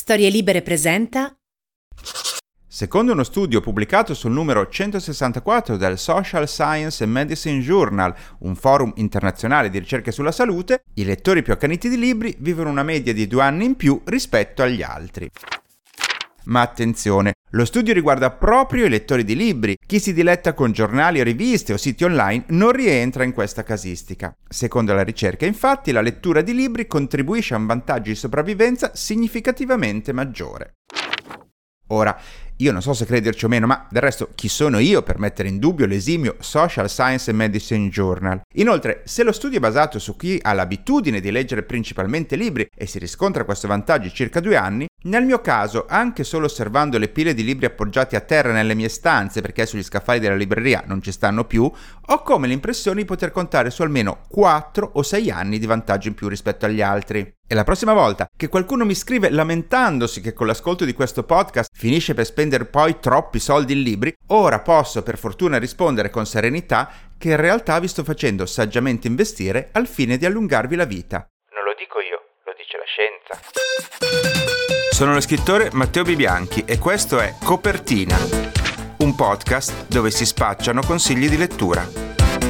Storie Libere presenta. Secondo uno studio pubblicato sul numero 164 del Social Science and Medicine Journal, un forum internazionale di ricerche sulla salute, i lettori più accaniti di libri vivono una media di 2 anni in più rispetto agli altri. Ma attenzione, lo studio riguarda proprio i lettori di libri. Chi si diletta con giornali o riviste o siti online non rientra in questa casistica. Secondo la ricerca, infatti, la lettura di libri contribuisce a un vantaggio di sopravvivenza significativamente maggiore. Ora, io non so se crederci o meno, ma del resto chi sono io per mettere in dubbio l'esimio Social Science and Medicine Journal? Inoltre, se lo studio è basato su chi ha l'abitudine di leggere principalmente libri e si riscontra questo vantaggio in circa 2 anni, nel mio caso, anche solo osservando le pile di libri appoggiati a terra nelle mie stanze perché sugli scaffali della libreria non ci stanno più, ho come l'impressione di poter contare su almeno 4 o 6 anni di vantaggio in più rispetto agli altri. E la prossima volta che qualcuno mi scrive lamentandosi che con l'ascolto di questo podcast finisce per spendere poi troppi soldi in libri, ora posso per fortuna rispondere con serenità che in realtà vi sto facendo saggiamente investire al fine di allungarvi la vita. Non lo dico io, lo dice la scienza. Sono lo scrittore Matteo Bibianchi e questo è Copertina, un podcast dove si spacciano consigli di lettura.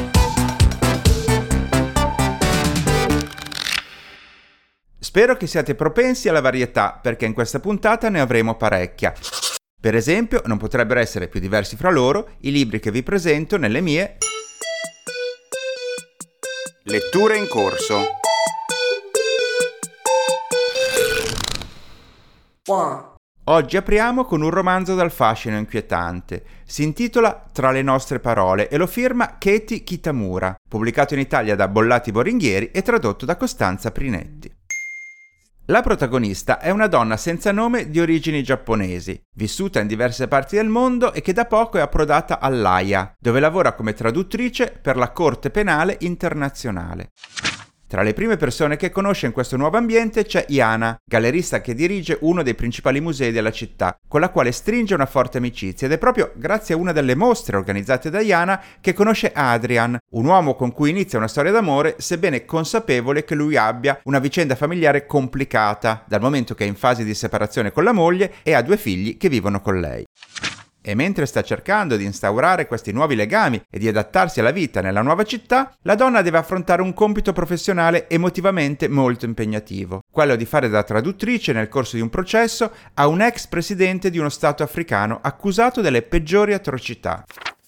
Spero che siate propensi alla varietà, perché in questa puntata ne avremo parecchia. Per esempio, non potrebbero essere più diversi fra loro i libri che vi presento nelle mie letture in corso. Oggi apriamo con un romanzo dal fascino inquietante. Si intitola Tra le nostre parole e lo firma Katie Kitamura, pubblicato in Italia da Bollati Boringhieri e tradotto da Costanza Prinetti. La protagonista è una donna senza nome di origini giapponesi, vissuta in diverse parti del mondo e che da poco è approdata all'Haia, dove lavora come traduttrice per la Corte Penale Internazionale. Tra le prime persone che conosce in questo nuovo ambiente c'è Yana, gallerista che dirige uno dei principali musei della città, con la quale stringe una forte amicizia ed è proprio grazie a una delle mostre organizzate da Yana che conosce Adrian, un uomo con cui inizia una storia d'amore, sebbene consapevole che lui abbia una vicenda familiare complicata, dal momento che è in fase di separazione con la moglie e ha 2 figli che vivono con lei. E mentre sta cercando di instaurare questi nuovi legami e di adattarsi alla vita nella nuova città, la donna deve affrontare un compito professionale emotivamente molto impegnativo, quello di fare da traduttrice nel corso di un processo a un ex presidente di uno stato africano accusato delle peggiori atrocità.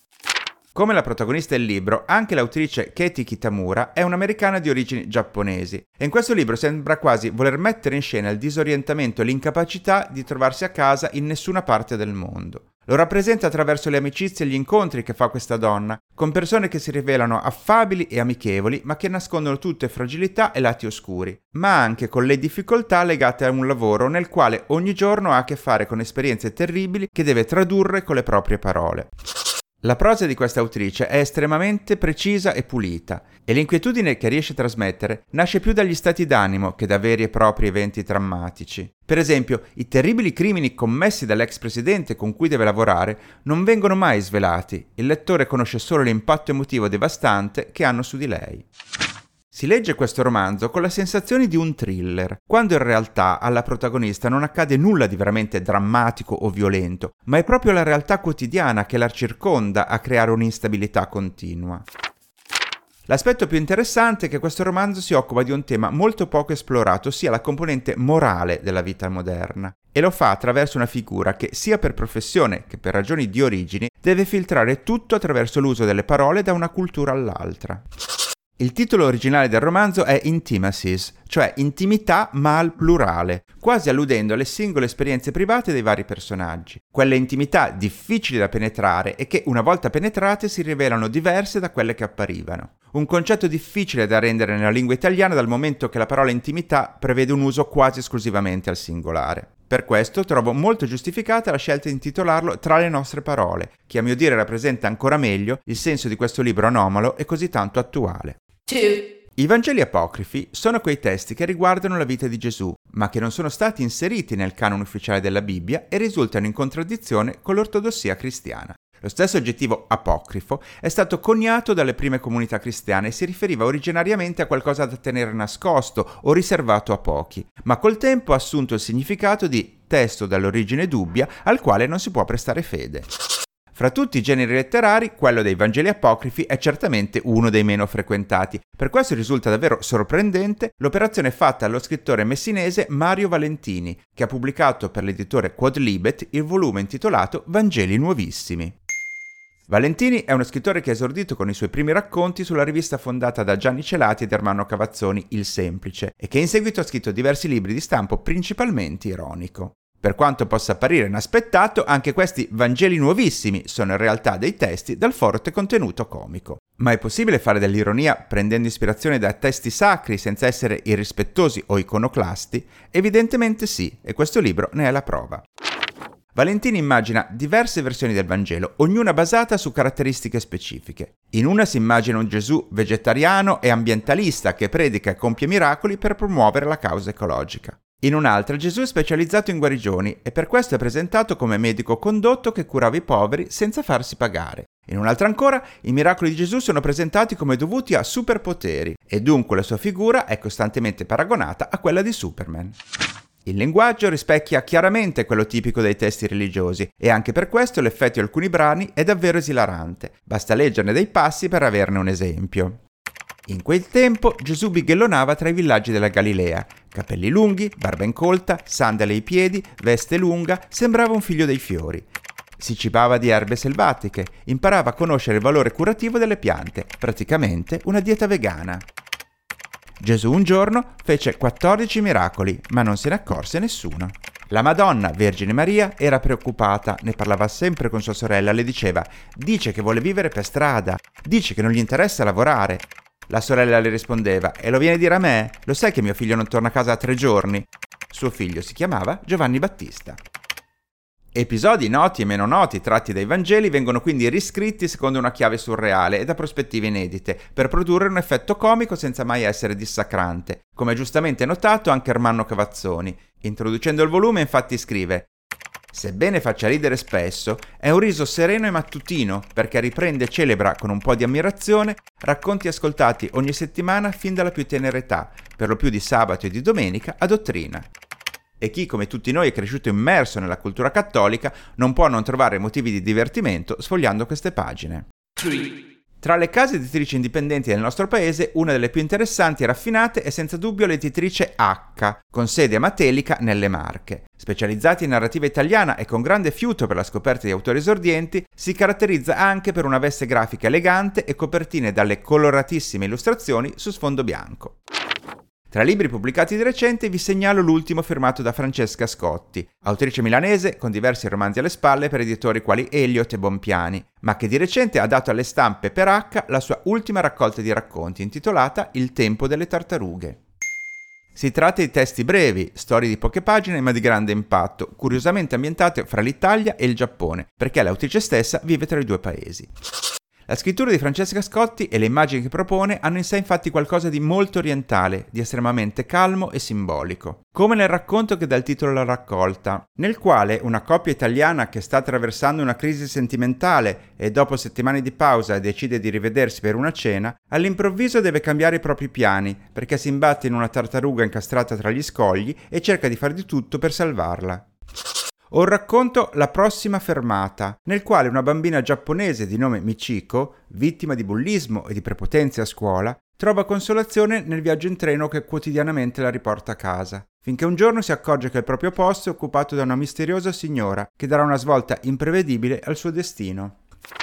Come la protagonista del libro, anche l'autrice Katie Kitamura è un'americana di origini giapponesi e in questo libro sembra quasi voler mettere in scena il disorientamento e l'incapacità di trovarsi a casa in nessuna parte del mondo. Lo rappresenta attraverso le amicizie e gli incontri che fa questa donna, con persone che si rivelano affabili e amichevoli, ma che nascondono tutte fragilità e lati oscuri, ma anche con le difficoltà legate a un lavoro nel quale ogni giorno ha a che fare con esperienze terribili che deve tradurre con le proprie parole. La prosa di questa autrice è estremamente precisa e pulita, e l'inquietudine che riesce a trasmettere nasce più dagli stati d'animo che da veri e propri eventi drammatici. Per esempio, i terribili crimini commessi dall'ex presidente con cui deve lavorare non vengono mai svelati, il lettore conosce solo l'impatto emotivo devastante che hanno su di lei. Si legge questo romanzo con la sensazione di un thriller, quando in realtà alla protagonista non accade nulla di veramente drammatico o violento, ma è proprio la realtà quotidiana che la circonda a creare un'instabilità continua. L'aspetto più interessante è che questo romanzo si occupa di un tema molto poco esplorato, ossia la componente morale della vita moderna, e lo fa attraverso una figura che, sia per professione che per ragioni di origini, deve filtrare tutto attraverso l'uso delle parole da una cultura all'altra. Il titolo originale del romanzo è Intimacies, cioè intimità ma al plurale, quasi alludendo alle singole esperienze private dei vari personaggi. Quelle intimità difficili da penetrare e che, una volta penetrate, si rivelano diverse da quelle che apparivano. Un concetto difficile da rendere nella lingua italiana dal momento che la parola intimità prevede un uso quasi esclusivamente al singolare. Per questo trovo molto giustificata la scelta di intitolarlo Tra le nostre parole, che a mio dire rappresenta ancora meglio il senso di questo libro anomalo e così tanto attuale. I Vangeli apocrifi sono quei testi che riguardano la vita di Gesù, ma che non sono stati inseriti nel canone ufficiale della Bibbia e risultano in contraddizione con l'ortodossia cristiana. Lo stesso aggettivo apocrifo è stato coniato dalle prime comunità cristiane e si riferiva originariamente a qualcosa da tenere nascosto o riservato a pochi, ma col tempo ha assunto il significato di testo dall'origine dubbia al quale non si può prestare fede. Fra tutti i generi letterari, quello dei Vangeli apocrifi è certamente uno dei meno frequentati. Per questo risulta davvero sorprendente l'operazione fatta dallo scrittore messinese Mario Valentini, che ha pubblicato per l'editore Quodlibet il volume intitolato Vangeli Nuovissimi. Valentini è uno scrittore che ha esordito con i suoi primi racconti sulla rivista fondata da Gianni Celati ed Ermanno Cavazzoni, Il Semplice, e che in seguito ha scritto diversi libri di stampo principalmente ironico. Per quanto possa apparire inaspettato, anche questi Vangeli Nuovissimi sono in realtà dei testi dal forte contenuto comico. Ma è possibile fare dell'ironia prendendo ispirazione da testi sacri senza essere irrispettosi o iconoclasti? Evidentemente sì, e questo libro ne è la prova. Valentini immagina diverse versioni del Vangelo, ognuna basata su caratteristiche specifiche. In una si immagina un Gesù vegetariano e ambientalista che predica e compie miracoli per promuovere la causa ecologica. In un'altra Gesù è specializzato in guarigioni e per questo è presentato come medico condotto che curava i poveri senza farsi pagare. In un'altra ancora, i miracoli di Gesù sono presentati come dovuti a superpoteri e dunque la sua figura è costantemente paragonata a quella di Superman. Il linguaggio rispecchia chiaramente quello tipico dei testi religiosi e anche per questo l'effetto di alcuni brani è davvero esilarante. Basta leggerne dei passi per averne un esempio. In quel tempo Gesù bighellonava tra i villaggi della Galilea. Capelli lunghi, barba incolta, sandali ai piedi, veste lunga, sembrava un figlio dei fiori. Si cibava di erbe selvatiche, imparava a conoscere il valore curativo delle piante, praticamente una dieta vegana. Gesù un giorno fece 14 miracoli, ma non se ne accorse nessuno. La Madonna, Vergine Maria, era preoccupata, ne parlava sempre con sua sorella, le diceva: «Dice che vuole vivere per strada, dice che non gli interessa lavorare». La sorella le rispondeva: «E lo viene a dire a me? Lo sai che mio figlio non torna a casa a 3 giorni?» Suo figlio si chiamava Giovanni Battista. Episodi noti e meno noti tratti dai Vangeli vengono quindi riscritti secondo una chiave surreale e da prospettive inedite, per produrre un effetto comico senza mai essere dissacrante, come giustamente notato anche Ermanno Cavazzoni. Introducendo il volume infatti scrive: «Sebbene faccia ridere spesso, è un riso sereno e mattutino perché riprende e celebra con un po' di ammirazione racconti ascoltati ogni settimana fin dalla più tenera età, per lo più di sabato e di domenica a dottrina». E chi come tutti noi è cresciuto immerso nella cultura cattolica non può non trovare motivi di divertimento sfogliando queste pagine. 3. Tra le case editrici indipendenti del nostro paese, una delle più interessanti e raffinate è senza dubbio l'editrice H, con sede a Matelica nelle Marche. Specializzata in narrativa italiana e con grande fiuto per la scoperta di autori esordienti, si caratterizza anche per una veste grafica elegante e copertine dalle coloratissime illustrazioni su sfondo bianco. Tra i libri pubblicati di recente vi segnalo l'ultimo firmato da Francesca Scotti, autrice milanese con diversi romanzi alle spalle per editori quali Eliot e Bompiani, ma che di recente ha dato alle stampe per H la sua ultima raccolta di racconti intitolata Il tempo delle tartarughe. Si tratta di testi brevi, storie di poche pagine ma di grande impatto, curiosamente ambientate fra l'Italia e il Giappone, perché l'autrice stessa vive tra i due paesi. La scrittura di Francesca Scotti e le immagini che propone hanno in sé infatti qualcosa di molto orientale, di estremamente calmo e simbolico. Come nel racconto che dà il titolo alla raccolta, nel quale una coppia italiana che sta attraversando una crisi sentimentale e dopo settimane di pausa decide di rivedersi per una cena, all'improvviso deve cambiare i propri piani perché si imbatte in una tartaruga incastrata tra gli scogli e cerca di fare di tutto per salvarla. Ho racconto La prossima fermata, nel quale una bambina giapponese di nome Michiko, vittima di bullismo e di prepotenze a scuola, trova consolazione nel viaggio in treno che quotidianamente la riporta a casa, finché un giorno si accorge che il proprio posto è occupato da una misteriosa signora che darà una svolta imprevedibile al suo destino.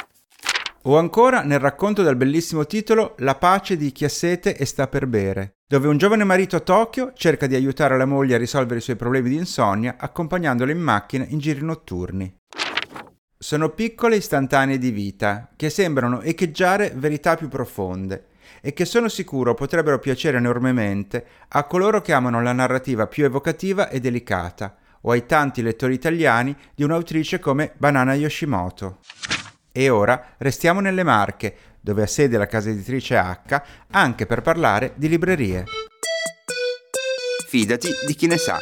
O ancora nel racconto dal bellissimo titolo La pace di chi ha sete e sta per bere, dove un giovane marito a Tokyo cerca di aiutare la moglie a risolvere i suoi problemi di insonnia accompagnandola in macchina in giri notturni. Sono piccole istantanee di vita che sembrano echeggiare verità più profonde e che sono sicuro potrebbero piacere enormemente a coloro che amano la narrativa più evocativa e delicata, o ai tanti lettori italiani di un'autrice come Banana Yoshimoto. E ora restiamo nelle Marche, dove ha sede la casa editrice H, anche per parlare di librerie. Fidati di chi ne sa.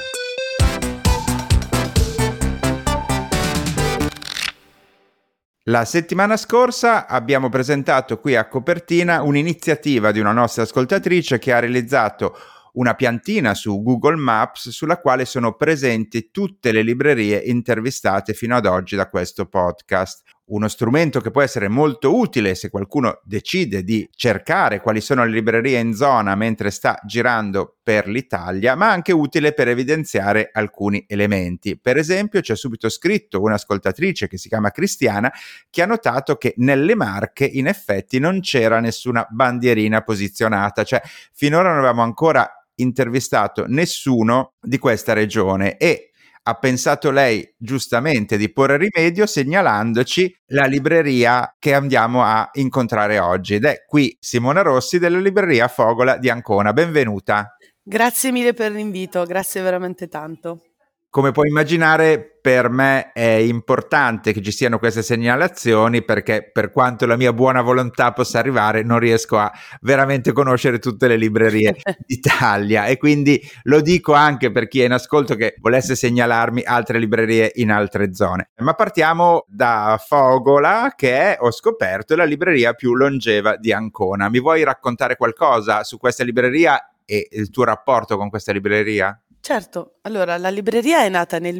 La settimana scorsa abbiamo presentato qui a Copertina un'iniziativa di una nostra ascoltatrice che ha realizzato una piantina su Google Maps sulla quale sono presenti tutte le librerie intervistate fino ad oggi da questo podcast. Uno strumento che può essere molto utile se qualcuno decide di cercare quali sono le librerie in zona mentre sta girando per l'Italia, ma anche utile per evidenziare alcuni elementi. Per esempio, ci ha subito scritto un'ascoltatrice che si chiama Cristiana, che ha notato che nelle Marche in effetti non c'era nessuna bandierina posizionata, cioè finora non avevamo ancora intervistato nessuno di questa regione e ha pensato lei giustamente di porre rimedio segnalandoci la libreria che andiamo a incontrare oggi, ed è qui Simona Rossi della libreria Fogola di Ancona. Benvenuta. Grazie mille per l'invito, grazie veramente tanto. Come puoi immaginare, per me è importante che ci siano queste segnalazioni, perché per quanto la mia buona volontà possa arrivare, non riesco a veramente conoscere tutte le librerie d'Italia, e quindi lo dico anche per chi è in ascolto che volesse segnalarmi altre librerie in altre zone. Ma partiamo da Fogola, che è, ho scoperto, la libreria più longeva di Ancona. Mi vuoi raccontare qualcosa su questa libreria e il tuo rapporto con questa libreria? Certo, allora la libreria è nata nel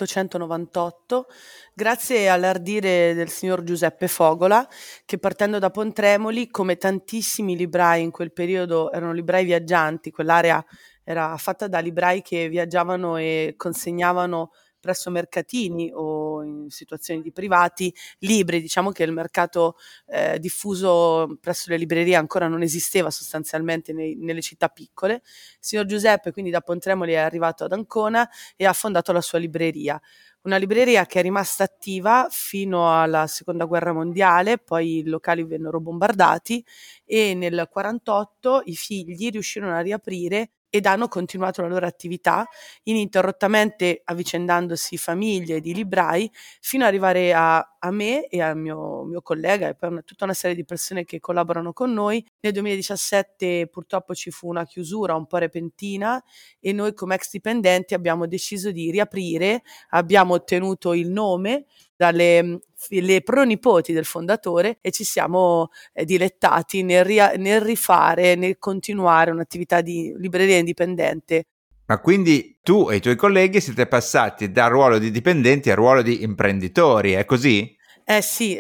1898 grazie all'ardire del signor Giuseppe Fogola, che partendo da Pontremoli, come tantissimi librai in quel periodo erano librai viaggianti, quell'area era fatta da librai che viaggiavano e consegnavano presso mercatini o in situazioni di privati libri. Diciamo che il mercato diffuso presso le librerie ancora non esisteva sostanzialmente nelle città piccole. Il signor Giuseppe quindi da Pontremoli è arrivato ad Ancona e ha fondato la sua libreria. Una libreria che è rimasta attiva fino alla seconda guerra mondiale, poi i locali vennero bombardati e nel 1948 i figli riuscirono a riaprire ed hanno continuato la loro attività ininterrottamente, avvicendandosi famiglie di librai fino ad arrivare a me e al mio collega e poi tutta una serie di persone che collaborano con noi. Nel 2017 purtroppo ci fu una chiusura un po' repentina e noi come ex dipendenti abbiamo deciso di riaprire, abbiamo ottenuto il nome dalle le pronipoti del fondatore e ci siamo dilettati nel rifare, nel continuare un'attività di libreria indipendente. Ma quindi tu e i tuoi colleghi siete passati dal ruolo di dipendenti al ruolo di imprenditori, è così? Sì,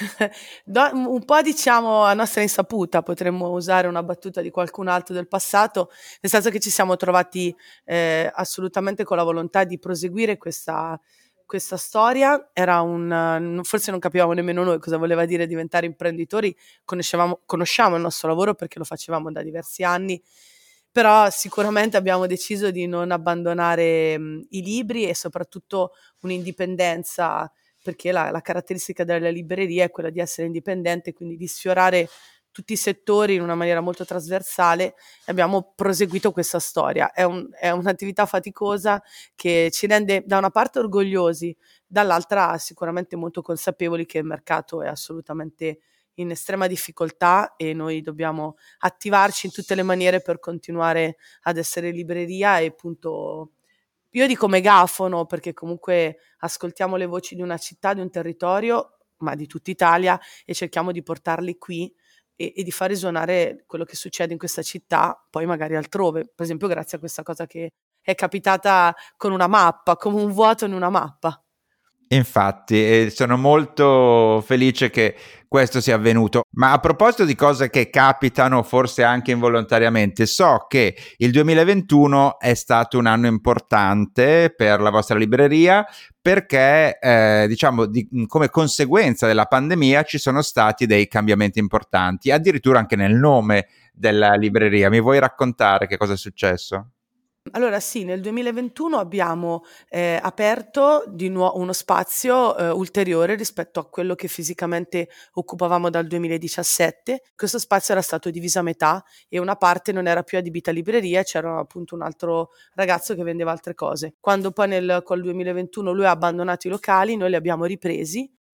un po' diciamo a nostra insaputa, potremmo usare una battuta di qualcun altro del passato, nel senso che ci siamo trovati assolutamente con la volontà di proseguire questa storia. Era forse non capivamo nemmeno noi cosa voleva dire diventare imprenditori, conosciamo il nostro lavoro perché lo facevamo da diversi anni, però sicuramente abbiamo deciso di non abbandonare i libri e soprattutto un'indipendenza, perché la caratteristica della libreria è quella di essere indipendente, quindi di sfiorare tutti i settori in una maniera molto trasversale, e abbiamo proseguito questa storia. È un'attività faticosa che ci rende da una parte orgogliosi, dall'altra sicuramente molto consapevoli che il mercato è assolutamente in estrema difficoltà e noi dobbiamo attivarci in tutte le maniere per continuare ad essere libreria e appunto io dico megafono perché comunque ascoltiamo le voci di una città, di un territorio, ma di tutta Italia e cerchiamo di portarli qui e di far risuonare quello che succede in questa città, poi magari altrove. Per esempio grazie a questa cosa che è capitata con una mappa, come un vuoto in una mappa. Infatti, sono molto felice che questo sia avvenuto. Ma a proposito di cose che capitano, forse anche involontariamente, so che il 2021 è stato un anno importante per la vostra libreria perché, diciamo, come conseguenza della pandemia ci sono stati dei cambiamenti importanti, addirittura anche nel nome della libreria. Mi vuoi raccontare che cosa è successo? Allora sì, nel 2021 abbiamo aperto di uno spazio ulteriore rispetto a quello che fisicamente occupavamo dal 2017. Questo spazio era stato diviso a metà e una parte non era più adibita a libreria, c'era appunto un altro ragazzo che vendeva altre cose. Quando poi col 2021 lui ha abbandonato i locali, noi li abbiamo ripresi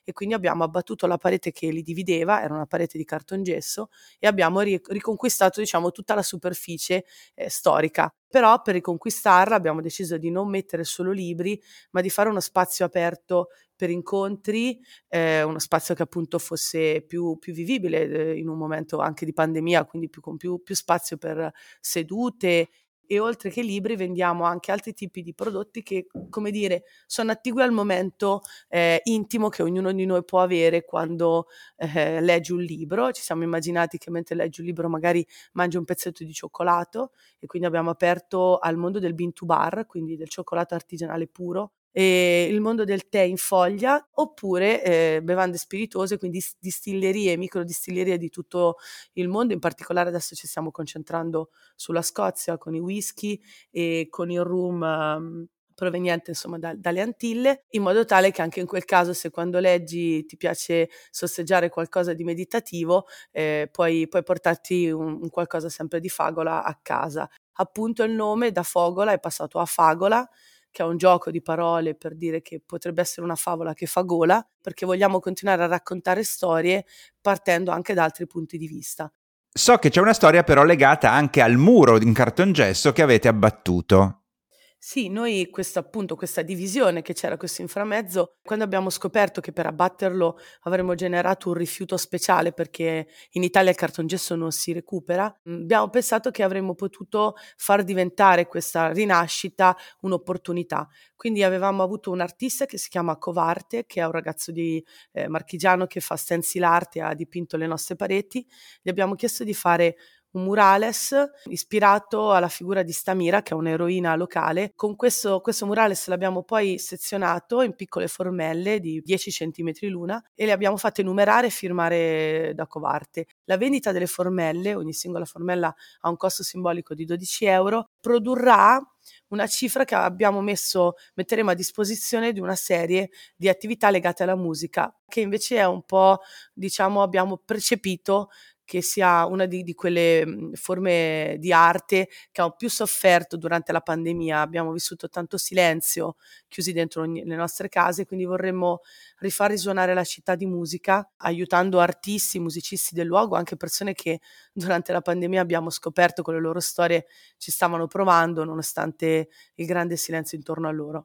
e quindi abbiamo abbattuto la parete che li divideva, era una parete di cartongesso, e abbiamo riconquistato, diciamo, tutta la superficie storica. Però per riconquistarla abbiamo deciso di non mettere solo libri, ma di fare uno spazio aperto per incontri, uno spazio che appunto fosse più vivibile in un momento anche di pandemia, quindi con più spazio per sedute. E oltre che libri vendiamo anche altri tipi di prodotti che, come dire, sono attigui al momento intimo che ognuno di noi può avere quando legge un libro. Ci siamo immaginati che mentre leggi un libro magari mangi un pezzetto di cioccolato, e quindi abbiamo aperto al mondo del bean to bar, quindi del cioccolato artigianale puro, e il mondo del tè in foglia, oppure bevande spiritose, quindi distillerie, microdistillerie di tutto il mondo. In particolare adesso ci stiamo concentrando sulla Scozia con i whisky e con il rum proveniente insomma dalle Antille, in modo tale che anche in quel caso, se quando leggi ti piace sosseggiare qualcosa di meditativo, puoi portarti un qualcosa sempre di Fagola a casa. Appunto il nome da Fogola è passato a Fagola, che è un gioco di parole per dire che potrebbe essere una favola che fa gola, perché vogliamo continuare a raccontare storie partendo anche da altri punti di vista. So che c'è una storia però legata anche al muro in cartongesso che avete abbattuto. Sì, noi questa divisione che c'era, questo inframezzo, quando abbiamo scoperto che per abbatterlo avremmo generato un rifiuto speciale, perché in Italia il cartongesso non si recupera, abbiamo pensato che avremmo potuto far diventare questa rinascita un'opportunità. Quindi avevamo avuto un artista che si chiama Covarte, che è un ragazzo di marchigiano che fa stencil art e ha dipinto le nostre pareti. Gli abbiamo chiesto di fare un murales ispirato alla figura di Stamira, che è un'eroina locale. Con questo murales l'abbiamo poi sezionato in piccole formelle di 10 centimetri l'una e le abbiamo fatte numerare e firmare da Covarte. La vendita delle formelle, ogni singola formella ha un costo simbolico di 12 euro, produrrà una cifra che metteremo a disposizione di una serie di attività legate alla musica, che invece è un po', diciamo, abbiamo percepito che sia una di quelle forme di arte che hanno più sofferto durante la pandemia. Abbiamo vissuto tanto silenzio chiusi dentro le nostre case, quindi vorremmo rifar risuonare la città di musica, aiutando artisti, musicisti del luogo, anche persone che durante la pandemia abbiamo scoperto con le loro storie ci stavano provando nonostante il grande silenzio intorno a loro.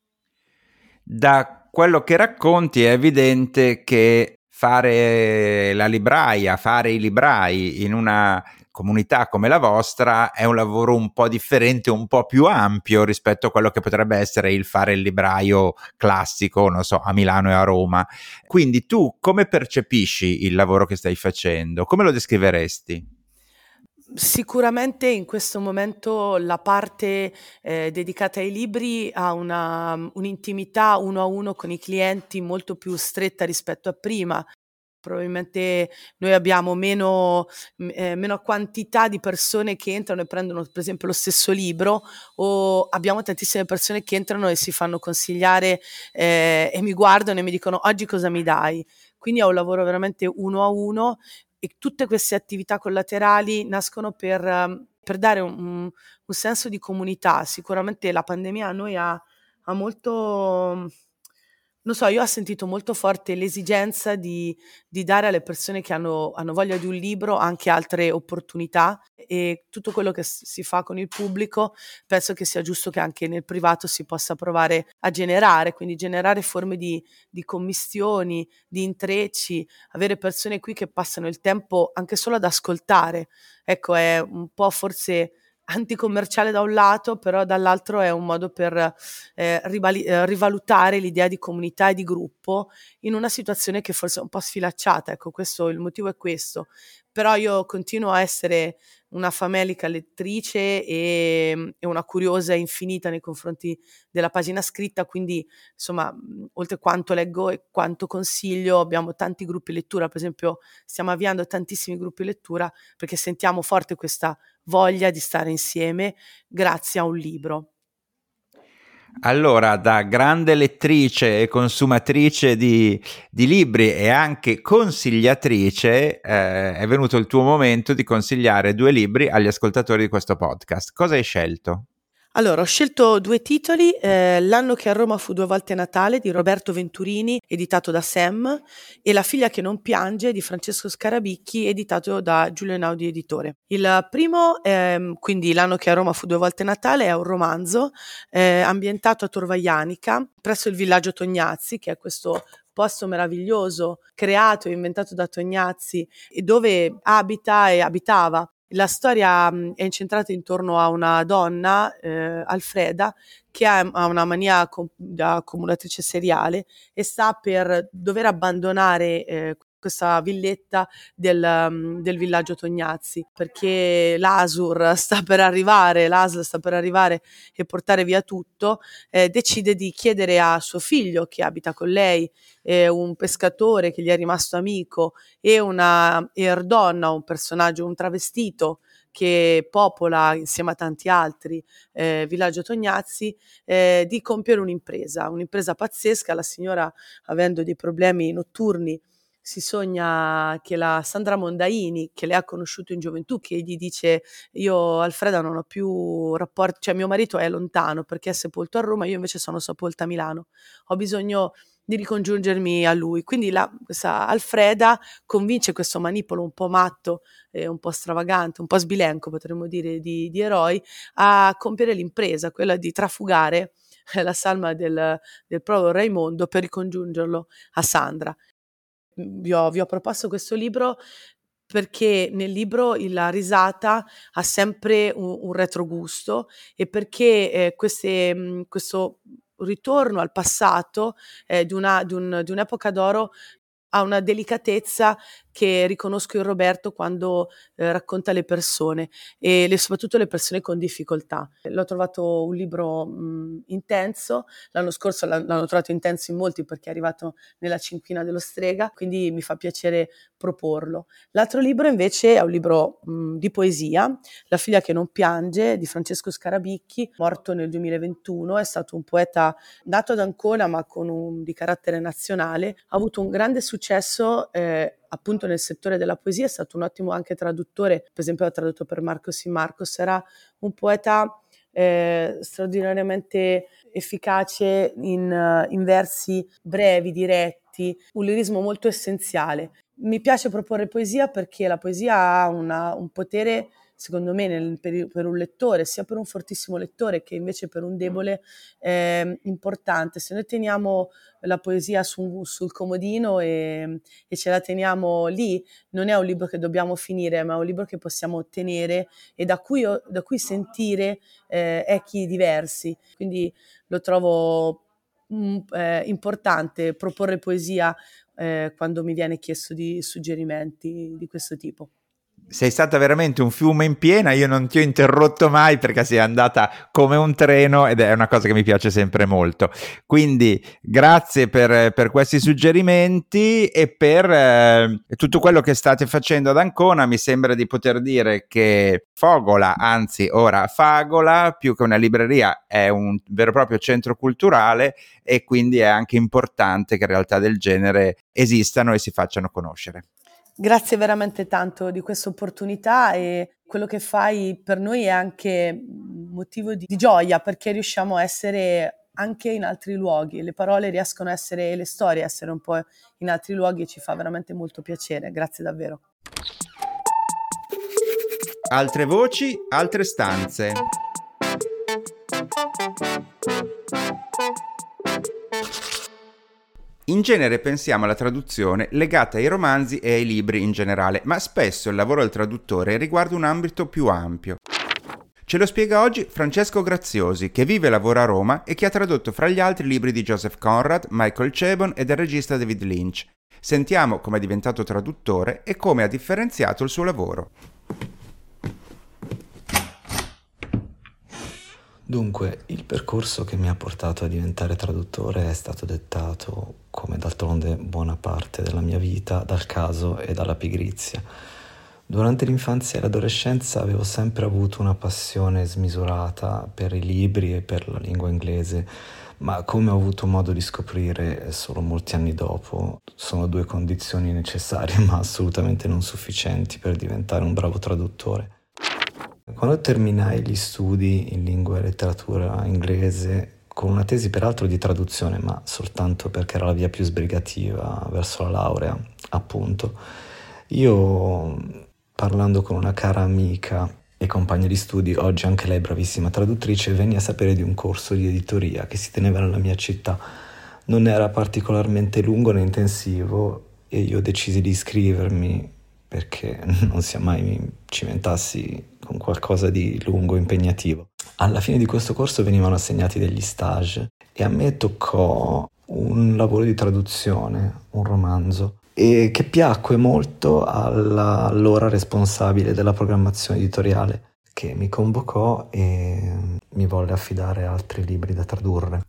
Da quello che racconti è evidente che fare la libraia, fare i librai in una comunità come la vostra è un lavoro un po' differente, un po' più ampio rispetto a quello che potrebbe essere il fare il libraio classico, non so, a Milano e a Roma. Quindi tu come percepisci il lavoro che stai facendo? Come lo descriveresti? Sicuramente in questo momento la parte dedicata ai libri ha un'intimità uno a uno con i clienti molto più stretta rispetto a prima. Probabilmente noi abbiamo meno quantità di persone che entrano e prendono per esempio lo stesso libro, o abbiamo tantissime persone che entrano e si fanno consigliare e mi guardano e mi dicono oggi cosa mi dai? Quindi è un lavoro veramente uno a uno, e tutte queste attività collaterali nascono per dare un senso di comunità. Sicuramente la pandemia a noi ha molto, non so, io ho sentito molto forte l'esigenza di dare alle persone che hanno voglia di un libro anche altre opportunità, e tutto quello che si fa con il pubblico penso che sia giusto che anche nel privato si possa provare a generare, quindi generare forme di commistioni, di intrecci, avere persone qui che passano il tempo anche solo ad ascoltare. Ecco, è un po' forse anticommerciale da un lato, però dall'altro è un modo per rivalutare l'idea di comunità e di gruppo in una situazione che forse è un po' sfilacciata. Ecco, il motivo è questo. Però io continuo a essere una famelica lettrice e una curiosa infinita nei confronti della pagina scritta, quindi insomma, oltre quanto leggo e quanto consiglio, abbiamo tanti gruppi lettura. Per esempio stiamo avviando tantissimi gruppi lettura perché sentiamo forte questa voglia di stare insieme grazie a un libro. Allora, da grande lettrice e consumatrice di libri e anche consigliatrice, è venuto il tuo momento di consigliare 2 libri agli ascoltatori di questo podcast. Cosa hai scelto? Allora, ho scelto 2 titoli, L'anno che a Roma fu 2 volte Natale di Roberto Venturini, editato da Sam, e La figlia che non piange di Francesco Scarabicchi, editato da Giulio Einaudi Editore. Il primo, quindi L'anno che a Roma fu 2 volte Natale, è un romanzo ambientato a Tor Vaianica, presso il villaggio Tognazzi, che è questo posto meraviglioso creato e inventato da Tognazzi e dove abita e abitava. La storia è incentrata intorno a una donna, Alfreda, che ha una mania da accumulatrice seriale e sta per dover abbandonare questa villetta del villaggio Tognazzi, perché l'ASL sta per arrivare e portare via tutto. Decide di chiedere a suo figlio, che abita con lei, un pescatore che gli è rimasto amico, e una donna, un personaggio, un travestito che popola insieme a tanti altri Villaggio Tognazzi, di compiere un'impresa pazzesca. La signora, avendo dei problemi notturni, si sogna che la Sandra Mondaini, che lei ha conosciuto in gioventù, che gli dice: io Alfreda non ho più rapporti, cioè mio marito è lontano perché è sepolto a Roma, io invece sono sepolta a Milano, ho bisogno di ricongiungermi a lui. Quindi questa Alfreda convince questo manipolo un po' matto, un po' stravagante, un po' sbilenco, potremmo dire, di eroi, a compiere l'impresa, quella di trafugare la salma del povero Raimondo per ricongiungerlo a Sandra. Vi ho proposto questo libro perché nel libro la risata ha sempre un retrogusto, e perché questo ritorno al passato di un'epoca d'oro ha una delicatezza che riconosco in Roberto quando racconta le persone e soprattutto le persone con difficoltà. L'ho trovato un libro intenso. L'anno scorso l'hanno trovato intenso in molti perché è arrivato nella cinquina dello Strega, quindi mi fa piacere proporlo. L'altro libro invece è un libro di poesia, La figlia che non piange di Francesco Scarabicchi, morto nel 2021. È stato un poeta nato ad Ancona ma di carattere nazionale. Ha avuto un grande successo appunto nel settore della poesia, è stato un ottimo anche traduttore, per esempio ha tradotto per Marcos in Marcos. Era un poeta straordinariamente efficace in versi brevi, diretti, un lirismo molto essenziale. Mi piace proporre poesia perché la poesia ha un potere, secondo me, per un lettore, sia per un fortissimo lettore che invece per un debole, importante. Se noi teniamo la poesia sul comodino e ce la teniamo lì, non è un libro che dobbiamo finire, ma è un libro che possiamo tenere e da cui sentire echi diversi. Quindi lo trovo importante proporre poesia quando mi viene chiesto di suggerimenti di questo tipo. Sei stata veramente un fiume in piena, io non ti ho interrotto mai perché sei andata come un treno ed è una cosa che mi piace sempre molto. Quindi grazie per questi suggerimenti e per tutto quello che state facendo ad Ancona. Mi sembra di poter dire che Fogola, anzi ora Fagola, più che una libreria è un vero e proprio centro culturale, e quindi è anche importante che realtà del genere esistano e si facciano conoscere. Grazie veramente tanto di questa opportunità, e quello che fai per noi è anche motivo di gioia, perché riusciamo a essere anche in altri luoghi, le parole riescono a essere, le storie a essere un po' in altri luoghi, e ci fa veramente molto piacere. Grazie davvero. Altre voci, altre stanze. In genere pensiamo alla traduzione legata ai romanzi e ai libri in generale, ma spesso il lavoro del traduttore riguarda un ambito più ampio. Ce lo spiega oggi Francesco Graziosi, che vive e lavora a Roma e che ha tradotto fra gli altri libri di Joseph Conrad, Michael Chabon e del regista David Lynch. Sentiamo come è diventato traduttore e come ha differenziato il suo lavoro. Dunque, il percorso che mi ha portato a diventare traduttore è stato dettato, come d'altronde buona parte della mia vita, dal caso e dalla pigrizia. Durante l'infanzia e l'adolescenza avevo sempre avuto una passione smisurata per i libri e per la lingua inglese, ma come ho avuto modo di scoprire solo molti anni dopo, sono 2 condizioni necessarie ma assolutamente non sufficienti per diventare un bravo traduttore. Quando terminai gli studi in lingua e letteratura inglese, con una tesi peraltro di traduzione, ma soltanto perché era la via più sbrigativa verso la laurea, appunto, io, parlando con una cara amica e compagna di studi, oggi anche lei bravissima traduttrice, venni a sapere di un corso di editoria che si teneva nella mia città. Non era particolarmente lungo né intensivo e io decisi di iscrivermi perché non sia mai mi cimentassi con qualcosa di lungo e impegnativo. Alla fine di questo corso venivano assegnati degli stage e a me toccò un lavoro di traduzione, un romanzo, e che piacque molto all'allora responsabile della programmazione editoriale, che mi convocò e mi volle affidare altri libri da tradurre.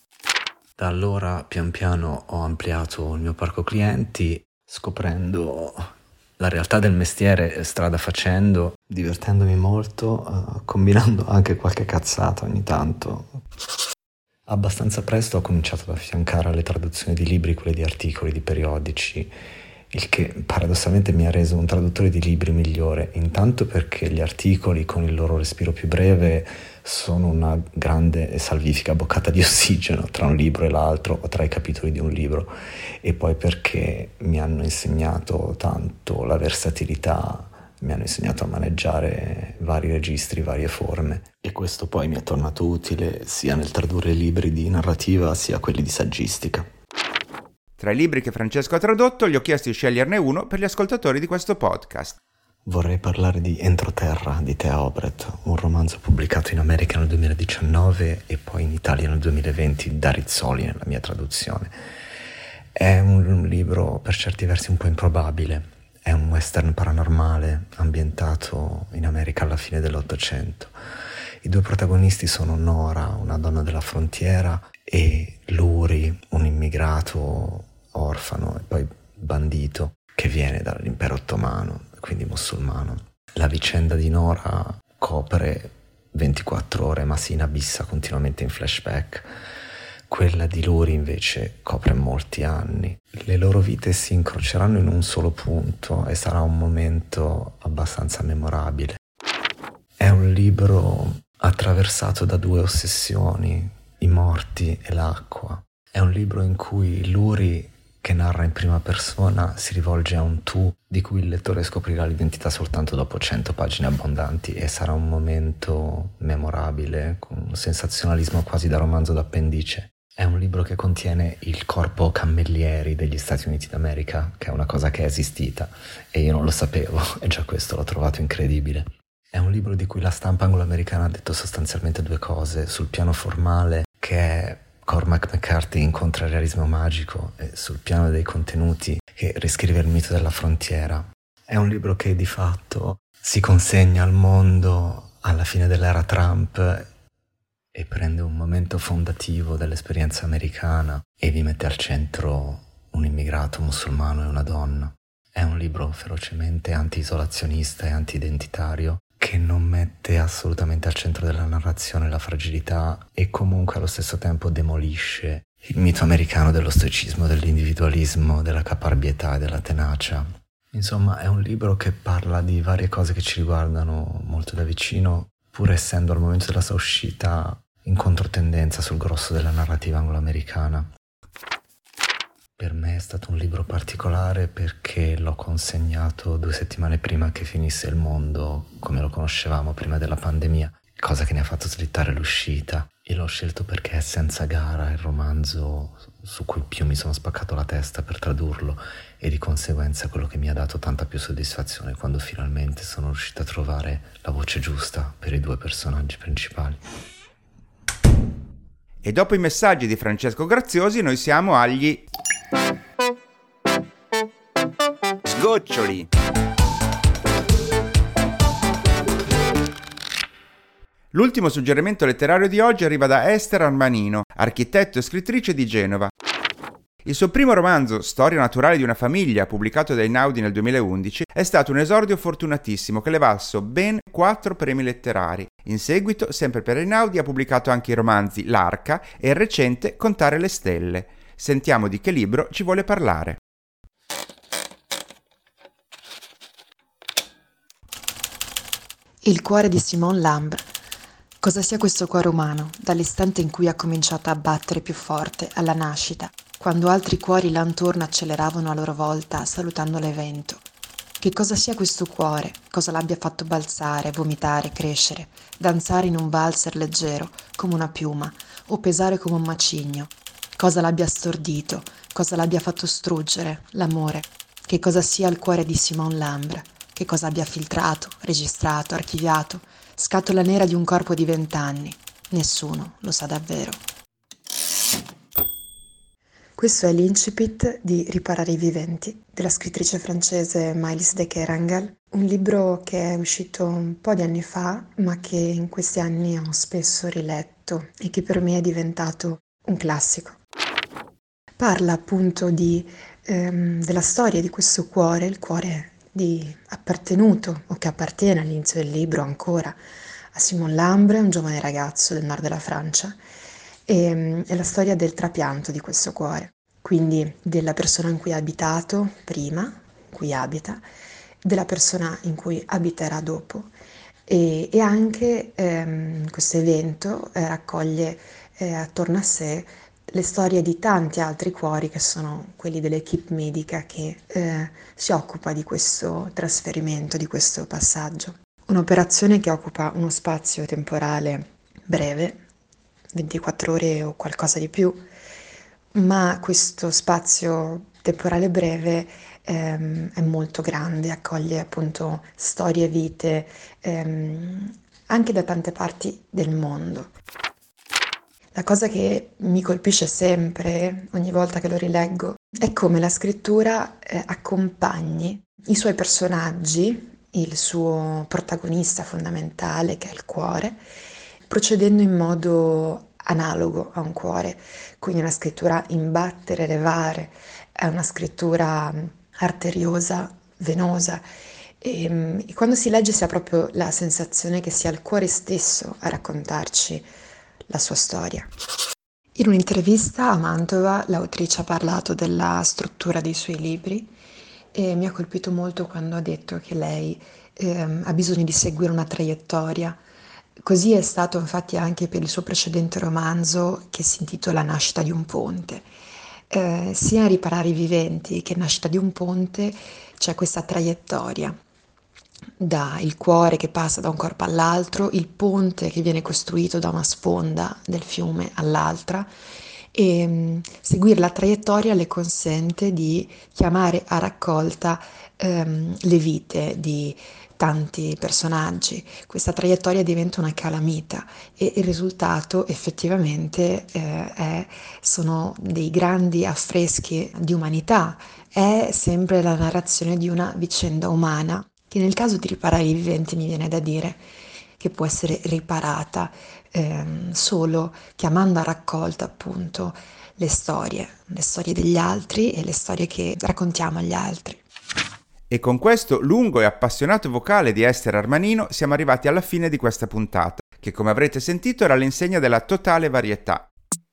Da allora pian piano ho ampliato il mio parco clienti, scoprendo la realtà del mestiere strada facendo, divertendomi molto, combinando anche qualche cazzata ogni tanto. Abbastanza presto ho cominciato ad affiancare alle traduzioni di libri quelle di articoli, di periodici, il che paradossalmente mi ha reso un traduttore di libri migliore, intanto perché gli articoli con il loro respiro più breve sono una grande e salvifica boccata di ossigeno tra un libro e l'altro o tra i capitoli di un libro, e poi perché mi hanno insegnato tanto la versatilità, mi hanno insegnato a maneggiare vari registri, varie forme, e questo poi mi è tornato utile sia nel tradurre libri di narrativa sia quelli di saggistica. Tra i libri che Francesco ha tradotto, gli ho chiesto di sceglierne uno per gli ascoltatori di questo podcast. Vorrei parlare di Entroterra di Thea Obreht, un romanzo pubblicato in America nel 2019 e poi in Italia nel 2020 da Rizzoli nella mia traduzione. È un libro per certi versi un po' improbabile, è un western paranormale ambientato in America alla fine dell'Ottocento. I due protagonisti sono Nora, una donna della frontiera, e Luri, un immigrato orfano e poi bandito che viene dall'impero ottomano, quindi musulmano. La vicenda di Nora copre 24 ore ma si inabissa continuamente in flashback. Quella di Luri invece copre molti anni. Le loro vite si incroceranno in un solo punto e sarà un momento abbastanza memorabile. È un libro attraversato da due ossessioni, i morti e l'acqua. È un libro in cui Luri, che narra in prima persona, si rivolge a un tu di cui il lettore scoprirà l'identità soltanto dopo 100 pagine abbondanti, e sarà un momento memorabile, con un sensazionalismo quasi da romanzo d'appendice. È un libro che contiene il corpo cammellieri degli Stati Uniti d'America, che è una cosa che è esistita e io non lo sapevo, e già questo l'ho trovato incredibile. È un libro di cui la stampa anglo-americana ha detto sostanzialmente due cose: sul piano formale, che è Cormac McCarthy incontra il realismo magico, e sul piano dei contenuti, che riscrive il mito della frontiera. È un libro che di fatto si consegna al mondo alla fine dell'era Trump e prende un momento fondativo dell'esperienza americana e vi mette al centro un immigrato musulmano e una donna. È un libro ferocemente anti-isolazionista e anti-identitario, che non mette assolutamente al centro della narrazione la fragilità e comunque allo stesso tempo demolisce il mito americano dello stoicismo, dell'individualismo, della caparbietà e della tenacia. Insomma, è un libro che parla di varie cose che ci riguardano molto da vicino, pur essendo al momento della sua uscita in controtendenza sul grosso della narrativa anglo-americana. Per me è stato un libro particolare perché l'ho consegnato 2 settimane prima che finisse il mondo come lo conoscevamo prima della pandemia, cosa che ne ha fatto slittare l'uscita, e l'ho scelto perché è senza gara il romanzo su cui più mi sono spaccato la testa per tradurlo, e di conseguenza quello che mi ha dato tanta più soddisfazione quando finalmente sono riuscito a trovare la voce giusta per i 2 personaggi principali. E dopo i messaggi di Francesco Graziosi noi siamo agli sgoccioli. L'ultimo suggerimento letterario di oggi arriva da Esther Armanino, architetto e scrittrice di Genova. Il suo primo romanzo, Storia naturale di una famiglia, pubblicato da Einaudi nel 2011, è stato un esordio fortunatissimo che le valso ben 4 premi letterari. In seguito, sempre per Einaudi, ha pubblicato anche i romanzi L'Arca e il recente Contare le stelle. Sentiamo di che libro ci vuole parlare. Il cuore di Simone Lambre. Cosa sia questo cuore umano, dall'istante in cui ha cominciato a battere più forte alla nascita, quando altri cuori là intorno acceleravano a loro volta salutando l'evento. Che cosa sia questo cuore, cosa l'abbia fatto balzare, vomitare, crescere, danzare in un valzer leggero come una piuma o pesare come un macigno. Cosa l'abbia stordito, cosa l'abbia fatto struggere, l'amore. Che cosa sia il cuore di Simone Lambre, che cosa abbia filtrato, registrato, archiviato, scatola nera di un corpo di 20 anni. Nessuno lo sa davvero. Questo è l'incipit di Riparare i viventi, della scrittrice francese Maëlys de Kerangal, un libro che è uscito un po' di anni fa, ma che in questi anni ho spesso riletto e che per me è diventato un classico. Parla appunto della storia di questo cuore, il cuore appartenuto o che appartiene all'inizio del libro ancora a Simone Lambre, un giovane ragazzo del nord della Francia, e è la storia del trapianto di questo cuore, quindi della persona in cui ha abitato prima, in cui abita, della persona in cui abiterà dopo, e anche questo evento raccoglie attorno a sé le storie di tanti altri cuori che sono quelli dell'equipe medica che si occupa di questo trasferimento, di questo passaggio. Un'operazione che occupa uno spazio temporale breve, 24 ore o qualcosa di più, ma questo spazio temporale breve è molto grande, accoglie appunto storie e vite anche da tante parti del mondo. La cosa che mi colpisce sempre, ogni volta che lo rileggo, è come la scrittura accompagni i suoi personaggi, il suo protagonista fondamentale, che è il cuore, procedendo in modo analogo a un cuore, quindi una scrittura in battere, levare, è una scrittura arteriosa, venosa, e quando si legge si ha proprio la sensazione che sia il cuore stesso a raccontarci la sua storia. In un'intervista a Mantova l'autrice ha parlato della struttura dei suoi libri e mi ha colpito molto quando ha detto che lei ha bisogno di seguire una traiettoria. Così è stato infatti anche per il suo precedente romanzo che si intitola Nascita di un ponte. Sia in Riparare i viventi che Nascita di un ponte c'è questa traiettoria, il cuore che passa da un corpo all'altro, il ponte che viene costruito da una sponda del fiume all'altra, e seguire la traiettoria le consente di chiamare a raccolta le vite di tanti personaggi. Questa traiettoria diventa una calamita e il risultato effettivamente sono dei grandi affreschi di umanità, è sempre la narrazione di una vicenda umana che nel caso di Riparare i viventi mi viene da dire che può essere riparata solo chiamando a raccolta appunto le storie degli altri e le storie che raccontiamo agli altri. E con questo lungo e appassionato vocale di Esther Armanino siamo arrivati alla fine di questa puntata, che come avrete sentito era all'insegna della totale varietà.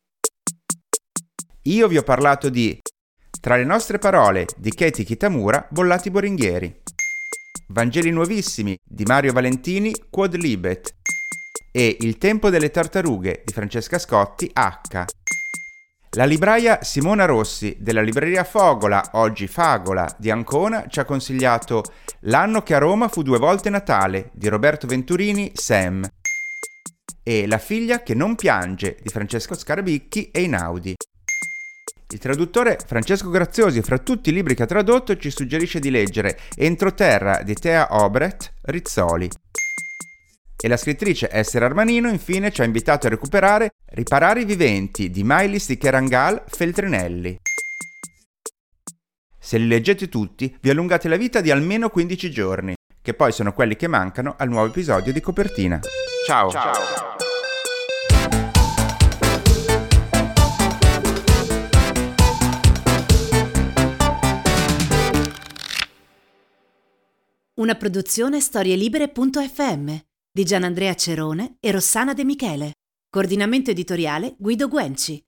Io vi ho parlato di Tra le nostre parole di Katie Kitamura, Bollati Boringhieri, Vangeli nuovissimi di Mario Valentini, Quod Libet, e Il tempo delle tartarughe di Francesca Scotti, H. La libraia Simona Rossi della libreria Fogola, oggi Fagola, di Ancona ci ha consigliato L'anno che a Roma fu 2 volte Natale di Roberto Venturini, Sam, e La figlia che non piange di Francesco Scarabicchi, Einaudi. Il traduttore Francesco Graziosi, fra tutti i libri che ha tradotto, ci suggerisce di leggere Entroterra di Thea Obrecht, Rizzoli. E la scrittrice Esther Armanino infine ci ha invitato a recuperare Riparare i viventi di Maëlys de Kerangal, Feltrinelli. Se li leggete tutti, vi allungate la vita di almeno 15 giorni, che poi sono quelli che mancano al nuovo episodio di Copertina. Ciao! Ciao. Una produzione storielibere.fm di Gianandrea Cerone e Rossana De Michele. Coordinamento editoriale Guido Guenci.